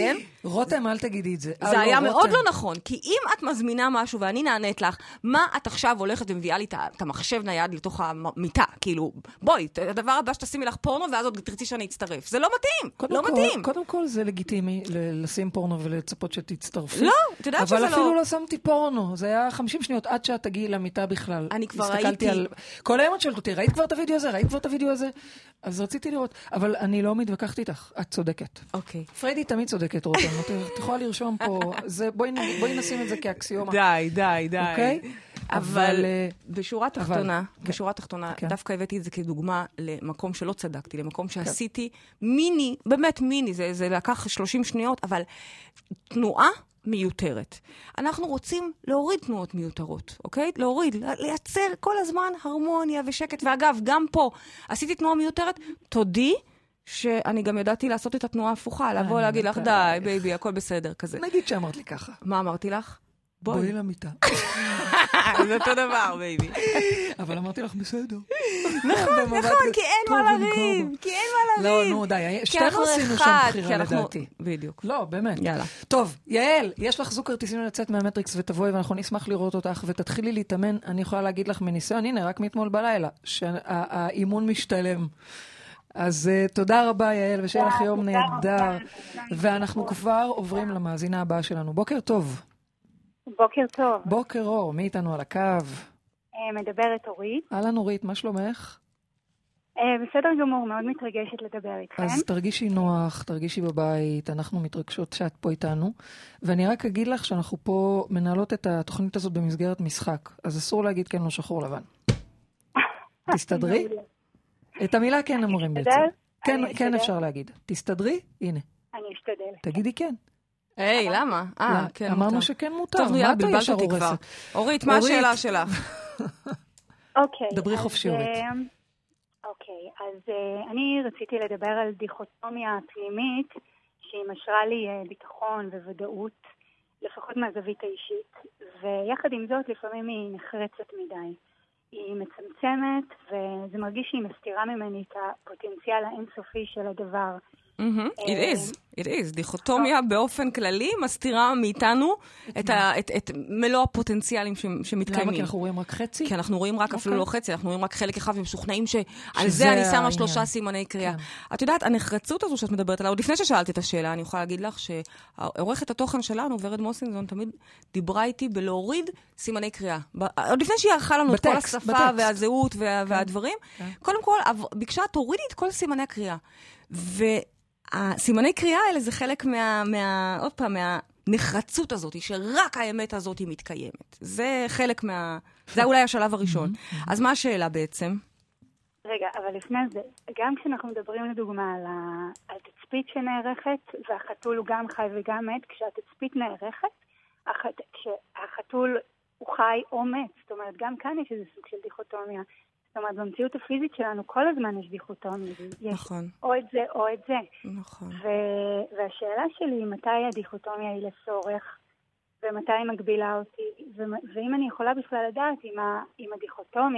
רותם, אל תגידי את זה. זה היה מאוד לא נכון, כי אם את מזמינה משהו ואני נענית לך, מה את עכשיו הולכת ומביאה לי את המחשב נייד לתוך המיטה? כאילו, בואי, הדבר הבא שתשימי לך פורנו, ואז עוד תרצי שאני אצטרף. זה לא מתאים, לא מתאים. קודם כל זה לגיטימי לשים פורנו ולצפות שתצטרפי. לא, את יודעת שזה לא. אבל אפילו לא שמתי פורנו, זה היה 50 שניות עד שאת תגיעי למיטה בכלל. אני כבר ראיתי. כל היום את שואלת אותי, ראית כבר את הוידאו הזה? ראית כבר את הוידאו הזה? אז רציתי לראות, אבל אני לא מתווכחת איתך, את צודקת. אוקיי. פריידי תמיד צודקת, רותם. את יכולה לרשום פה, בואי נשים את זה כאקסיומה. די. אוקיי? אבל בשורה התחתונה, דווקא הבאתי את זה כדוגמה למקום שלא צדקתי, למקום שעשיתי מיני, באמת מיני, זה לקח 30 שניות, אבל תנועה מיותרת. אנחנו רוצים להוריד תנועות מיותרות, אוקיי? להוריד, לייצר כל הזמן הרמוניה ושקט. ואגב, גם פה עשיתי תנועה מיותרת, תודי שאני גם ידעתי לעשות את התנועה ההפוכה, לבוא להגיד לך, די, בייבי, הכל בסדר, כזה. נגיד שאמרת לי ככה. מה אמרתי לך? בואי למיטה. זה אותו דבר, בייבי. אבל אמרתי לך בסדר. נכון, כי אין מה לריב. לא, נו, די. שתינו עשינו שם בחירה לדעתי. בדיוק. לא, באמת. יאללה. טוב, יעל, יש לך זוג כרטיסים לצאת מהמטריקס ותבואי, ואנחנו נשמח לראות אותך, ותתחילי להתאמן. אני יכולה להגיד לך מניסיון, הנה, רק מאתמול בלילה, שהאימון משתלם. אז תודה רבה, יעל, ושיהיה לך יום נהדר. ואנחנו כבר עוברים למאזינה הבאה שלנו. בוקר טוב. בוקר טוב. בוקר אור, מי איתנו על הקו? מדברת אורית. אהלן אורית, מה שלומך? בסדר גמור, מאוד מתרגשת לדבר איתכם. אז תרגישי נוח, תרגישי בבית, אנחנו מתרגשות שאת פה איתנו. ואני רק אגיד לך שאנחנו פה מנהלות את התוכנית הזאת במסגרת משחק, אז אסור להגיד כן לא שחור לבן. תסתדרי? את המילה כן אמורים בעצם. כן אפשר להגיד. תסתדרי? הנה. אני אשתדל. תגידי כן. היי, למה? כן, אמרנו שכן מותר. טוב, יאללה, בלבלת אותי כבר. אורית, מה השאלה שלך? אוקיי. דברי חופשי, אורית. אוקיי, אז אני רציתי לדבר על דיכוטומיה פנימית, שהיא משרה לי ביטחון וודאות, לפחות מהזווית האישית, ויחד עם זאת לפעמים היא נחרצת מדי. היא מצמצמת, וזה מרגיש שהיא מסתירה ממני את הפוטנציאל האינסופי של הדבר. It is. דיכוטומיה באופן כללי מסתירה מאיתנו את מלוא הפוטנציאלים שמתקיימים. למה? כי אנחנו רואים רק חצי? כי אנחנו רואים רק אפילו לא חצי, אנחנו רואים רק חלק אחד ומשוכנעים שעל זה אני שמה 3 סימני קריאה. את יודעת, הנחרצות הזו שאת מדברת עליה, עוד לפני ששאלתי את השאלה, אני יכולה להגיד לך שעורכת התוכן שלנו, ורד מוסינזון, תמיד דיברה איתי בלהוריד סימני קריאה. עוד לפני שהיא ערכה לנו את כל השפה והזהות והדברים, קודם כל ביקשה תורידי את כל סימני הקריאה. הסימני קריאה האלה זה חלק עוד פעם, מהנחרצות הזאת, שרק האמת הזאת היא מתקיימת. זה חלק זה אולי השלב הראשון. אז מה השאלה בעצם? רגע, אבל לפני זה, גם כשאנחנו מדברים לדוגמה על תצפית שנערכת, והחתול הוא גם חי וגם מת, כשהתצפית נערכת, כשהחתול הוא חי או מת. זאת אומרת, גם כאן יש איזה סוג של דיכוטומיה. זאת אומרת, במציאות הפיזית שלנו כל הזמן יש דיכוטומיה. נכון. או את זה או את זה. נכון. והשאלה שלי היא מתי הדיכוטומיה היא לצורך, ומתי היא מגבילה אותי, ואם אני יכולה בכלל לדעת אם הדיכוטומיה,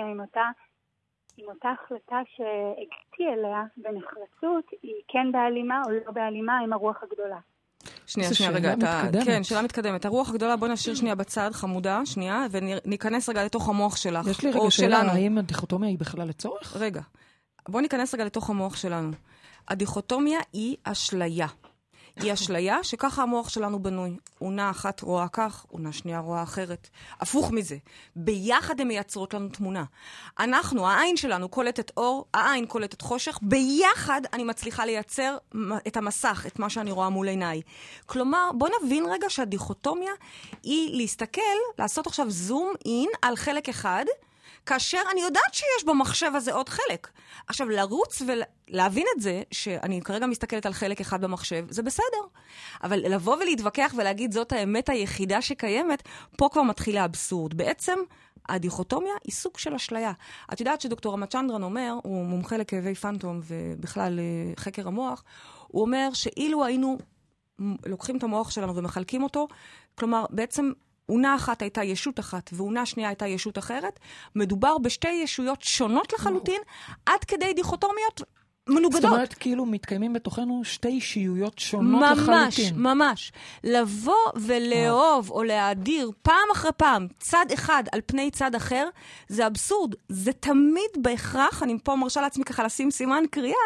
אם אותה החלטה שהגעתי אליה בנחרצות, היא כן בהלימה או לא בהלימה עם הרוח הגדולה. שנייה, רגע. כן, שאלה מתקדמת. הרוח הגדולה, בוא נשאיר שנייה בצד, חמודה, שנייה, וניכנס רגע לתוך המוח שלך. יש לי רגע שאלה, האם הדיכוטומיה היא בכלל לצורך? רגע. בוא ניכנס רגע לתוך המוח שלנו. הדיכוטומיה היא אשליה. היא אשליה שככה המוח שלנו בנוי. עונה אחת רואה כך, עונה שנייה רואה אחרת. הפוך מזה. ביחד הן מייצרות לנו תמונה. אנחנו, העין שלנו קולטת אור, העין קולטת חושך, ביחד אני מצליחה לייצר את המסך, את מה שאני רואה מול עיניי. כלומר, בוא נבין רגע שהדיכוטומיה היא להסתכל, לעשות עכשיו זום אין על חלק אחד, כאשר אני יודעת שיש במחשב הזה עוד חלק. עכשיו, לרוץ ולהבין את זה, שאני כרגע מסתכלת על חלק אחד במחשב, זה בסדר. אבל לבוא ולהתווכח ולהגיד, זאת האמת היחידה שקיימת, פה כבר מתחיל האבסורד. בעצם, הדיכוטומיה היא סוג של אשליה. את יודעת שדוקטור רמצ'נדרן אומר, הוא מומחה לכאבי פנטום ובכלל חקר המוח, הוא אומר שאילו היינו לוקחים את המוח שלנו ומחלקים אותו, כלומר, בעצם עונה אחת הייתה ישות אחת, ועונה שנייה הייתה ישות אחרת. מדובר בשתי ישויות שונות לחלוטין, עד כדי דיכוטומיות מנוגדות. זאת אומרת, כאילו מתקיימים בתוכנו שתי אישיויות שונות לחלוטין. ממש. לבוא ולאהוב או להאדיר פעם אחרי פעם צד אחד על פני צד אחר, זה אבסורד. זה תמיד בהכרח, אני פה מרשה לעצמי ככה לשים סימן קריאה,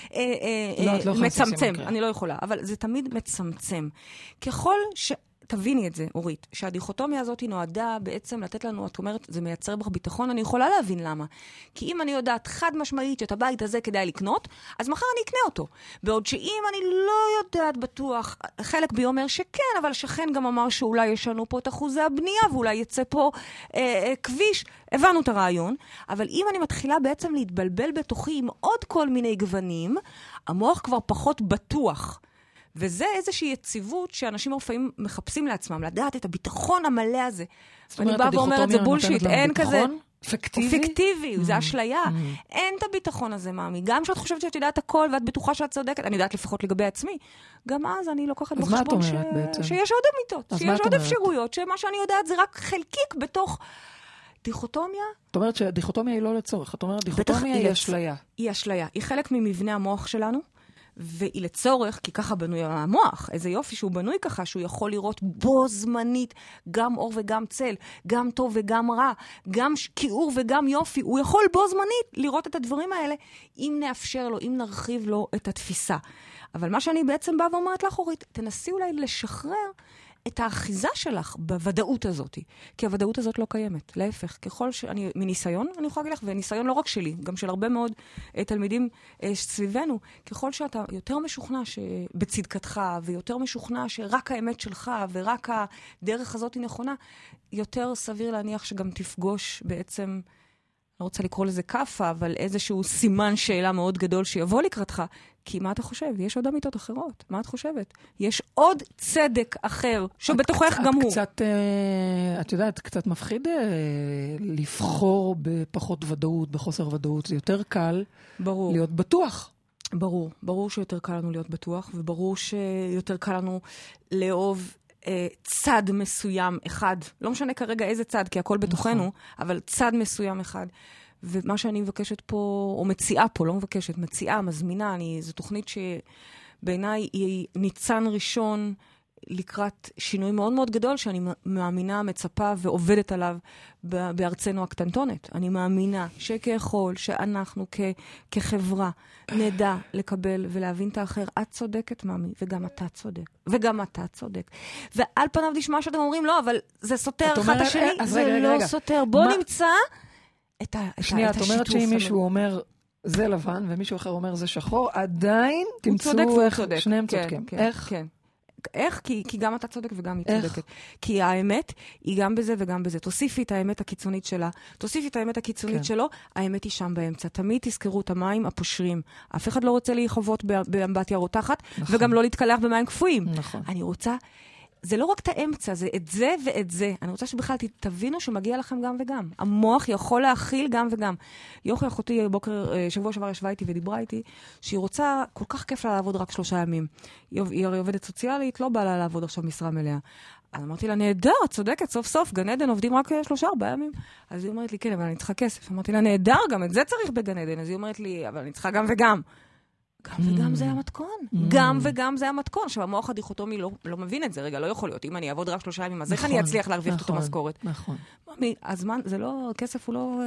מצמצם. אני לא יכולה, אבל זה תמיד מצמצם. ככל תביני את זה, אורית, שהדיכוטומיה הזאת היא נועדה בעצם לתת לנו, את אומרת, זה מייצר בך ביטחון, אני יכולה להבין למה. כי אם אני יודעת חד משמעית שאת הבית הזה כדאי לקנות, אז מחר אני אקנה אותו. בעוד שאם אני לא יודעת בטוח, חלק בי אומר שכן, אבל שכן גם אמר שאולי יש לנו פה את אחוזי הבנייה, ואולי יצא פה כביש, הבנו את הרעיון, אבל אם אני מתחילה בעצם להתבלבל בתוכי עם עוד כל מיני גוונים, המוח כבר פחות בטוח. וזה איזושהי יציבות שאנשים לפעמים מחפשים לעצמם, לדעת את הביטחון המלא הזה. אני באה ואומרת, זה בולשיט, אין כזה... פיקטיבי, זה אשליה. אין את הביטחון הזה, מאמי. גם שאת חושבת שאת יודעת הכל ואת בטוחה שאת צודקת, אני יודעת לפחות לגבי עצמי, גם אז אני לוקחת בחשבון שיש עוד אמיתות, שיש עוד אפשרויות, שמה שאני יודעת זה רק חלקיק בתוך דיכוטומיה. את אומרת שהדיכוטומיה היא לא לצורך, את אומרת דיכוטומיה היא אשליה. היא אשליה, היא חלק ממבנה המוח שלנו, והיא לצורך, כי ככה בנוי המוח, איזה יופי שהוא בנוי ככה, שהוא יכול לראות בו זמנית, גם אור וגם צל, גם טוב וגם רע, גם כיעור וגם יופי, הוא יכול בו זמנית לראות את הדברים האלה, אם נאפשר לו, אם נרחיב לו את התפיסה. אבל מה שאני בעצם באה ואומרת לך, אורית, תנסי אולי לשחרר את האחיזה שלך בוודאות הזאת. כי הוודאות הזאת לא קיימת. להפך, ככל שאני, מניסיון, אני יכולה להגיד לך, וניסיון לא רק שלי, גם של הרבה מאוד תלמידים סביבנו, ככל שאתה יותר משוכנע בצדקתך, ויותר משוכנע שרק האמת שלך, ורק הדרך הזאת היא נכונה, יותר סביר להניח שגם תפגוש בעצם, לא רוצה לקרוא לזה קפה, אבל איזשהו סימן שאלה מאוד גדול שיבוא לקראתך, כי מה אתה חושב? יש עוד אמיתות אחרות. מה את חושבת? יש עוד צדק אחר, שבתוכך גם הוא. קצת, את יודעת, קצת מפחיד לבחור בפחות ודאות, בחוסר ודאות. זה יותר קל להיות בטוח. ברור שיותר קל לנו להיות בטוח, וברור שיותר קל לנו לאהוב צד מסוים אחד. לא משנה כרגע איזה צד, כי הכל בתוכנו, אבל צד מסוים אחד. ומה שאני מבקשת פה, או מציעה פה, לא מבקשת, מציעה, מזמינה, זו תוכנית שבעיניי היא ניצן ראשון לקראת שינוי מאוד מאוד גדול, שאני מאמינה, מצפה ועובדת עליו בארצנו הקטנטונת. אני מאמינה שככל שאנחנו כחברה נדע לקבל ולהבין את האחר, את צודקת, מאמי, וגם אתה צודק. וגם אתה צודק. ועל פניו נשמע שאתם אומרים, לא, אבל זה סותר אחד השני, זה לא סותר. בוא נמצא את השיתוף. את אומרת שאם מישהו אומר זה לבן, ומישהו אחר אומר זה שחור, עדיין תמצאו איך שניהם צודקים. איך? כן. איך? כי גם אתה צודק וגם היא צודקת. כי האמת היא גם בזה וגם בזה. תוסיפי את האמת הקיצונית שלה, תוסיפי את האמת הקיצונית שלו, האמת היא שם באמצע. תמיד תזכרו את המים הפושרים. אף אחד לא רוצה להיחוות באמבטיה רותחת, וגם לא להתקלח במים קפואים. אני רוצה... זה לא רק את האמצע, זה את זה ואת זה. אני רוצה שבכלל תבינו שמגיע לכם גם וגם. המוח יכול להכיל גם וגם. יוכי אחותי בוקר, שבוע שעבר ישבה איתי ודיברה איתי, שהיא רוצה, כל כך כיף לה לעבוד רק 3 ימים. היא הרי עובדת סוציאלית, לא באה לה לעבוד עכשיו משרה מלאה. אז אמרתי לה, נהדר, את צודקת, סוף סוף, גן עדן עובדים רק 3-4 ימים. אז היא אומרת לי, כן, אבל אני צריכה כסף. אמרתי לה, נהדר, גם את זה צריך בגן עדן. אז היא אומרת לי, אבל אני צריכה גם וגם. גם וגם זה המתכון. גם וגם זה המתכון. עכשיו, המוח הדיכוטומי לא מבין את זה. רגע, לא יכול להיות. אם אני אעבוד רק 3 ימים, אז איך אני אצליח להרוויח את אותו משכורת? נכון. הזמן, זה לא, כסף הוא לא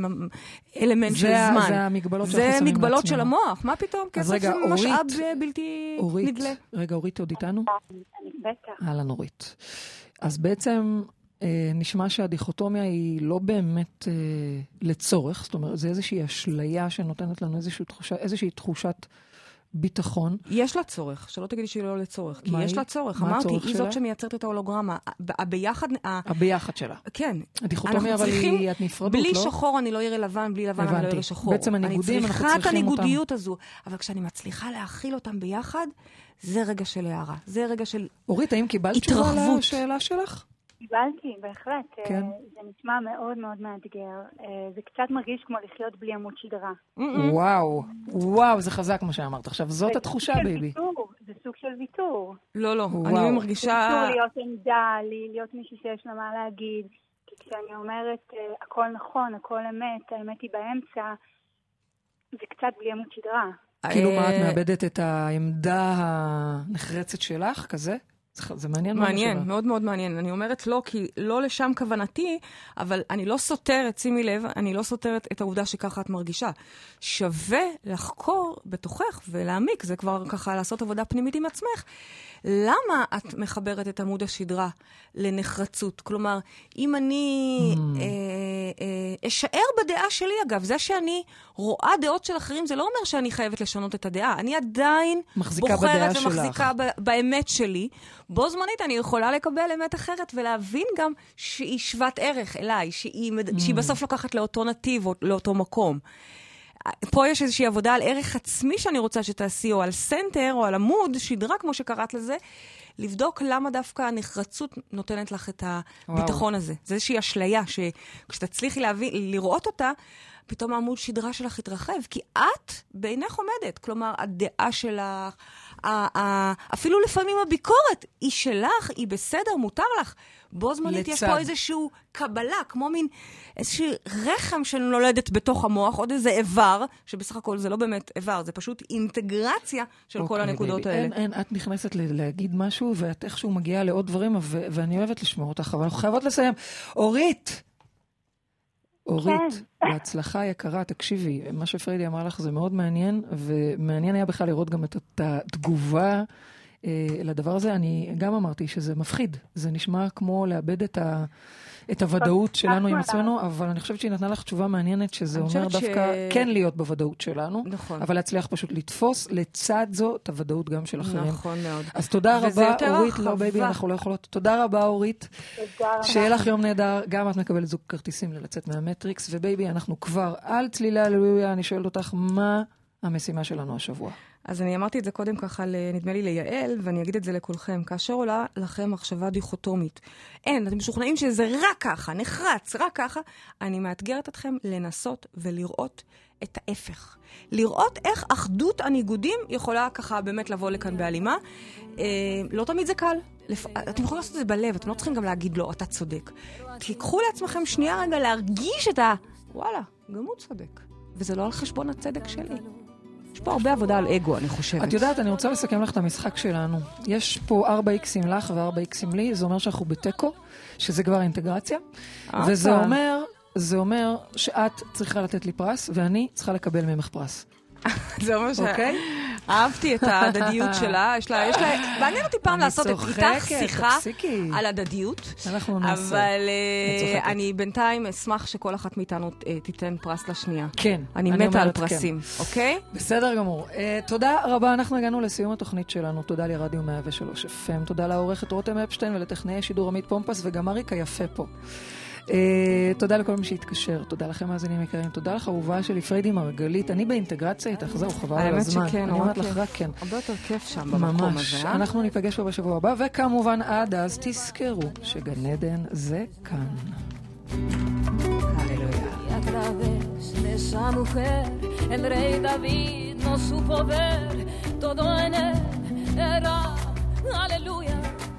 אלמנט של זמן. זה המגבלות שאנחנו שמים לעצמנו. זה מגבלות של המוח. מה פתאום? כסף זה משאב בלתי נדלה. רגע, אורית, עוד איתנו? בטח. אהלן, אורית. אז בעצם נשמע שהדיכוטומיה היא לא באמת לצורך, זאת אומרת, זה איזושהי אשליה שנותנת לנו איזושהי תחושת ביטחון. יש לה צורך, שלא תגידי שהיא לא לצורך, כי יש לה צורך. אמרתי, היא זאת שמייצרת את ההולוגרמה. הביחד שלה. כן. הדיכוטומיה, אבל היא נפרדות, לא? בלי שחור אני לא אראה לבן, בלי לבן אני לא אראה שחור. בעצם הניגודים, אנחנו צריכים אותם. אני צריכה את הניגודיות הזו, אבל כשאני מצליחה להכיל אותם ביחד, זה רגע של הערה. זה רגע של התרחבות. אורית, האם קיבלת תשובה לשאלה שלך? קיבלתי, בהחלט. כן. זה נשמע מאוד מאוד מאתגר. זה קצת מרגיש כמו לחיות בלי עמוד שדרה. וואו, זה חזק מה שאמרת. עכשיו, זאת התחושה, בייבי. זה סוג של ויתור. לא, אני מרגישה... ויתור להיות עמדה, להיות מישהו שיש לה מה להגיד. כי כשאני אומרת, הכל נכון, הכל אמת, האמת היא באמצע, זה קצת בלי עמוד שדרה. כאילו מה, את מאבדת את העמדה הנחרצת שלך, כזה? זה מעניין. מעניין, מאוד מאוד מעניין. אני אומרת לא, כי לא לשם כוונתי, אבל אני לא סותרת, שימי לב, אני לא סותרת את העובדה שככה את מרגישה. שווה לחקור בתוכך ולהעמיק, זה כבר ככה לעשות עבודה פנימית עם עצמך. למה את מחברת את עמוד השדרה לנחרצות? כלומר, אם אני אשאר בדעה שלי, אגב, זה שאני רואה דעות של אחרים, זה לא אומר שאני חייבת לשנות את הדעה. אני עדיין בוחרת ומחזיקה באמת שלי. בו זמנית אני יכולה לקבל אמת אחרת ולהבין גם שהיא שוות ערך אליי, שהיא בסוף לוקחת לאותו נתיב או לאותו מקום. פה יש איזושהי עבודה על ערך עצמי שאני רוצה שתעשי, או על סנטר, או על עמוד, שדרה כמו שקראת לזה, לבדוק למה דווקא הנחרצות נותנת לך את הביטחון הזה. זה איזושהי אשליה, שכשתצליחי לראות אותה, פתאום העמוד שדרה שלך יתרחב, כי את בעינך עומדת. כלומר, הדעה שלך, אפילו לפעמים הביקורת, היא שלך, היא בסדר, מותר לך. בו זמנית יש פה איזשהו קבלה, כמו מין איזושהי רחם שנולדת בתוך המוח, עוד איזה איבר, שבסך הכל זה לא באמת איבר, זה פשוט אינטגרציה של כל הנקודות האלה. אין, את נכנסת להגיד משהו, ואת איכשהו מגיעה לעוד דברים, ואני אוהבת לשמור אותך, אבל אנחנו חייבות לסיים. אורית, בהצלחה יקרה, תקשיבי, מה שפריידי אמר לך זה מאוד מעניין, ומעניין היה בכלל לראות גם את התגובה לדבר הזה. אני גם אמרתי שזה מפחיד, זה נשמע כמו לאבד את הוודאות שלנו עם עצמנו, אבל אני חושבת שהיא נתנה לך תשובה מעניינת, שזה אומר דווקא כן להיות בוודאות שלנו, אבל להצליח פשוט לתפוס לצד זו את הוודאות גם של אחרים. נכון מאוד. אז תודה רבה, אורית, לא בייבי, אנחנו לא יכולות. תודה רבה, אורית. שיהיה לך יום נהדר, גם את מקבלת זוג כרטיסים ללצאת מהמטריקס, ובייבי, אנחנו כבר על צלילי הללויה, אני שואלת אותך, מה המשימה שלנו השבוע? אז אני אמרתי את זה קודם ככה, נדמה לי ליעל, ואני אגיד את זה לכולכם. כאשר עולה לכם מחשבה דיכוטומית, אתם משוכנעים שזה רק ככה, נחרץ, רק ככה, אני מאתגרת אתכם לנסות ולראות את ההפך. לראות איך אחדות הניגודים יכולה ככה באמת לבוא לכאן בהלימה. לא תמיד זה קל. אתם יכולים לעשות את זה בלב, אתם לא צריכים גם להגיד לו, אתה צודק. תיקחו לעצמכם שנייה רגע להרגיש את וואלה, גם הוא צודק. וזה לא על חשבון הצדק שלי. יש פה הרבה עבודה על אגו, אני חושבת. את יודעת, אני רוצה לסכם לך את המשחק שלנו. יש פה 4X'ים לך ו4X'ים לי, זה אומר שאנחנו בטקו, שזה כבר אינטגרציה, וזה אומר שאת צריכה לתת לי פרס, ואני צריכה לקבל ממך פרס. זה אומר אהבתי את ההדדיות שלה. מעניין אותי פעם לעשות איתך שיחה על הדדיות. אבל אני בינתיים אשמח שכל אחת מאיתנו תיתן פרס לשנייה. כן. אני מתה על פרסים, אוקיי? בסדר גמור. תודה רבה, אנחנו הגענו לסיום התוכנית שלנו. תודה לרדיו 103 FM. תודה לעורכת רותם אפשטיין ולטכנאי שידור עמית פומפס וגם אריק היפה פה. תודה לכל מי שהתקשר, תודה לכם מאזינים יקרים, תודה לך אהובה שלי פריידי מרגלית, אני באינטגרציה איתך, זהו חבל על הזמן, האמת שכן, אני אומרת לך רק כן, הרבה יותר כיף שם במקום הזה. אנחנו ניפגש פה בשבוע הבא, וכמובן עד אז תזכרו שגן עדן זה כאן. Hallelujah.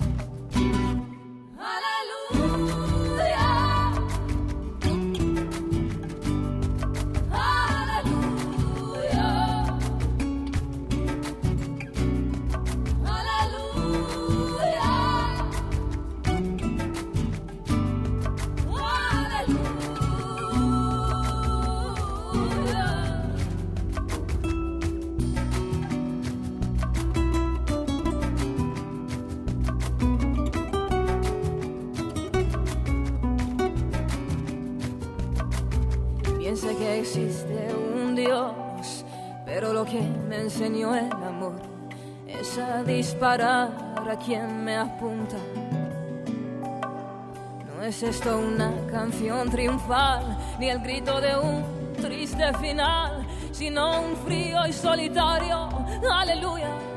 Que existe un Dios, pero lo que me enseñó el amor es a disparar a quien me apunta. No es esto una canción triunfal, ni el grito de un triste final, sino un frío y solitario aleluya.